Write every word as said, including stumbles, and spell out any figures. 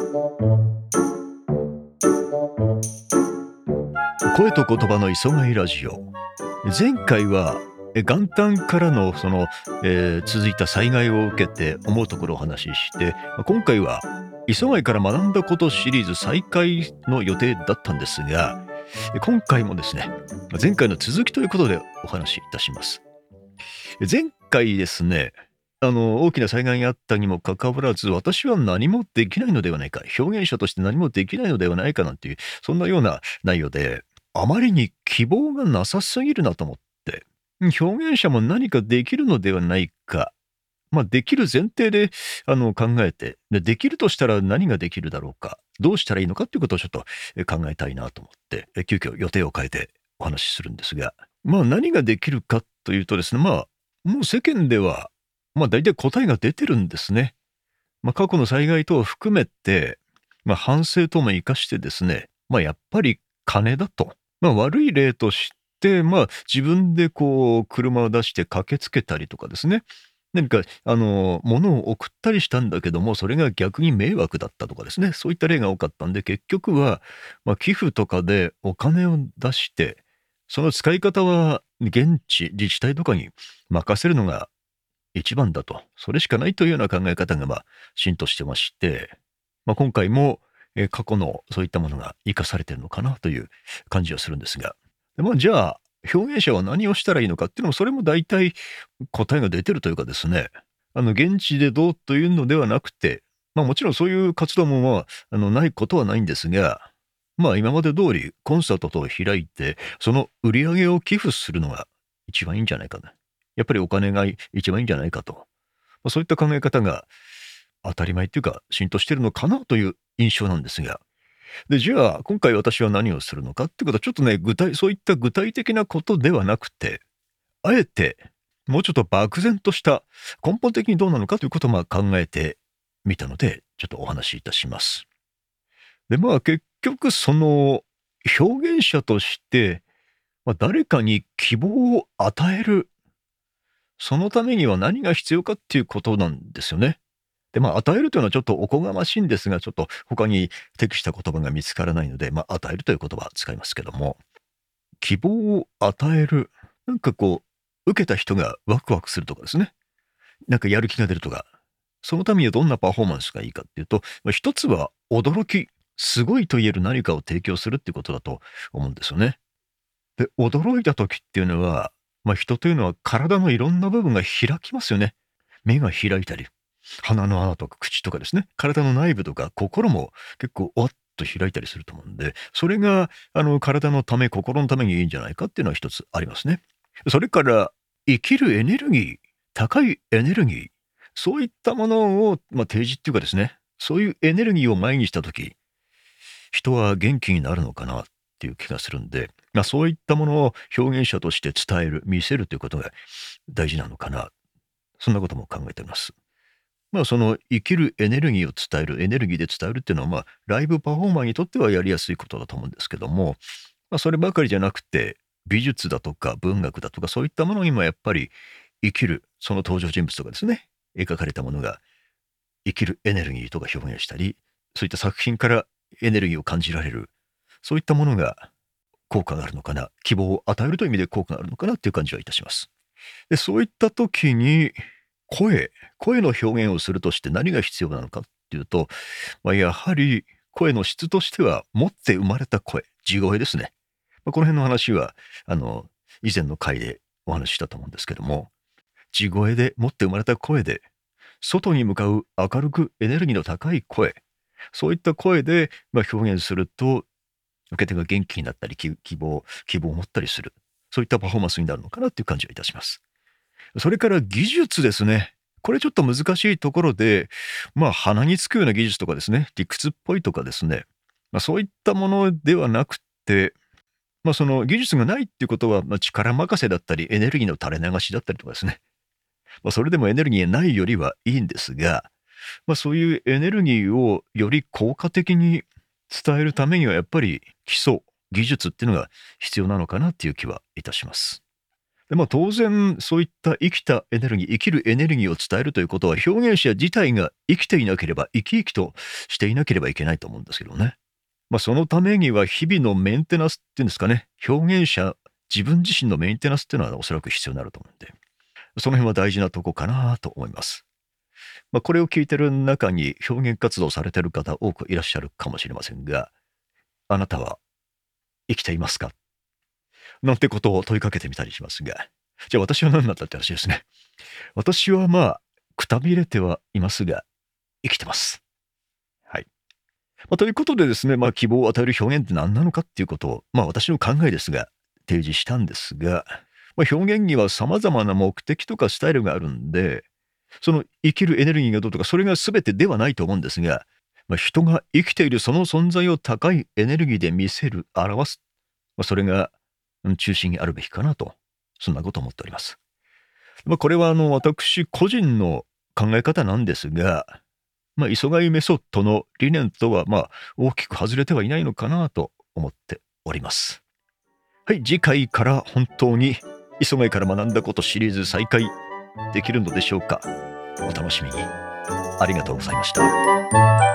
声と言葉の磯貝ラジオ。前回はえ元旦からのその、えー続いた災害を受けて思うところをお話しして、まあ今回は磯貝から学んだことシリーズ再開の予定だったんですが、え今回もですね、前回の続きということでお話しいたします。え前回ですね、あの大きな災害があったにもかかわらず、私は何もできないのではないか、表現者として何もできないのではないかなんていう、そんなような内容で、あまりに希望がなさすぎるなと思って、うん表現者も何かできるのではないか、まあ、できる前提であの考えて、でできるとしたら何ができるだろうか、どうしたらいいのかっていうことをちょっとえ考えたいなと思って、え急遽予定を変えてお話しするんですが、まあ何ができるかというとですね、まあ、もう世間では、まあ大体答えが出てるんですね。まあ過去の災害等を含めて、まあ反省等も生かしてですね、まあやっぱり金だと。まあ悪い例として、まあ自分でこう車を出して駆けつけたりとかですね、何かあの、物を送ったりしたんだけども、それが逆に迷惑だったとかですね、そういった例が多かったんで、結局は、まあ、寄付とかでお金を出して、その使い方は現地自治体とかに任せるのが一番だと、それしかないというような考え方が、まあ、浸透してまして、まあ、今回も、えー過去のそういったものが生かされてるのかなという感じはするんですが、でまあ、じゃあ、表現者は何をしたらいいのかっていうのも、それも大体答えが出てるというかですね、あの、現地でどうというのではなくて、まあ、もちろんそういう活動も、まあ、あの、ないことはないんですが、まあ、今まで通りコンサート等を開いて、その売り上げを寄付するのが一番いいんじゃないかな。やっぱりお金が一番いいんじゃないかと。まあ、そういった考え方が当たり前っていうか、浸透してるのかなという印象なんですが。で、じゃあ、今回私は何をするのかっていうことは、ちょっとね、具体そういった具体的なことではなくて、あえて、もうちょっと漠然とした根本的にどうなのかということをまあ考えてみたので、ちょっとお話しいたします。で、まあ結局その表現者として、まあ、誰かに希望を与える、そのためには何が必要かっていうことなんですよね。で、まあ、与えるというのはちょっとおこがましいんですが、ちょっと他に適した言葉が見つからないので、まあ、与えるという言葉を使いますけども、希望を与える。なんかこう、受けた人がワクワクするとかですね。なんかやる気が出るとか。そのためにはどんなパフォーマンスがいいかっていうと、まあ、一つは驚き、すごいと言える何かを提供するっていうことだと思うんですよね。で、驚いた時っていうのは、まあ、人というのは体のいろんな部分が開きますよね。目が開いたり、鼻の穴とか口とかですね、体の内部とか心も結構わっと開いたりすると思うんで、それがあの体のため、心のためにいいんじゃないかっていうのは一つありますね。それから生きるエネルギー、高いエネルギー、そういったものを、まあ、提示っていうかですね、そういうエネルギーを前にした時、人は元気になるのかなっていう気がするんで、まあ、そういったものを表現者として伝える、見せるということが大事なのかな。そんなことも考えています。まあ、その生きるエネルギーを伝える、エネルギーで伝えるっていうのは、まあ、ライブパフォーマーにとってはやりやすいことだと思うんですけども、まあ、そればかりじゃなくて、美術だとか文学だとかそういったものにもやっぱり生きる、その登場人物とかですね、描かれたものが生きるエネルギーとか表現したり、そういった作品からエネルギーを感じられる、そういったものが効果があるのかな、希望を与えるという意味で効果があるのかなっていう感じはいたします。で、そういった時に、声、声の表現をするとして何が必要なのかっていうと、まあ、やはり声の質としては持って生まれた声、地声ですね。まあ、この辺の話は、あの、以前の回でお話ししたと思うんですけども、地声で持って生まれた声で、外に向かう明るくエネルギーの高い声、そういった声で、まあ、表現すると、受け手が元気になったり、き希望希望を持ったりする、そういったパフォーマンスになるのかなっていう感じがいたします。それから技術ですね。これちょっと難しいところで、まあ、鼻につくような技術とかですね、理屈っぽいとかですね、まあ、そういったものではなくて、まあ、その技術がないっていうことは、まあ、力任せだったり、エネルギーの垂れ流しだったりとかですね。まあ、それでもエネルギーがないよりはいいんですが、まあ、そういうエネルギーをより効果的に伝えるためにはやっぱり基礎、技術っていうのが必要なのかなっていう気はいたします。 で、まあ、当然そういった生きたエネルギー、生きるエネルギーを伝えるということは、表現者自体が生きていなければ、生き生きとしていなければいけないと思うんですけどね。まあ、そのためには日々のメンテナンスっていうんですかね、表現者自分自身のメンテナンスっていうのはおそらく必要になると思うんで、その辺は大事なとこかなと思います。まあ、これを聞いてる中に表現活動されてる方多くいらっしゃるかもしれませんが、あなたは生きていますかなんてことを問いかけてみたりしますが、じゃあ私は何なんだって話ですね。私はまあ、くたびれてはいますが、生きてます。はい。まあ、ということでですね、まあ、希望を与える表現って何なのかっていうことを、まあ私の考えですが、提示したんですが、まあ、表現には様々な目的とかスタイルがあるんで、その生きるエネルギーがどうとか、それが全てではないと思うんですが、まあ、人が生きているその存在を高いエネルギーで見せる、表す、まあ、それがうん中心にあるべきかなと、そんなことを思っております。まあ、これはあの私個人の考え方なんですが、まあ、磯貝メソッドの理念とはまあ大きく外れてはいないのかなと思っております。はい、次回から本当に磯貝から学んだことシリーズ再開できるのでしょうか。お楽しみに。ありがとうございました。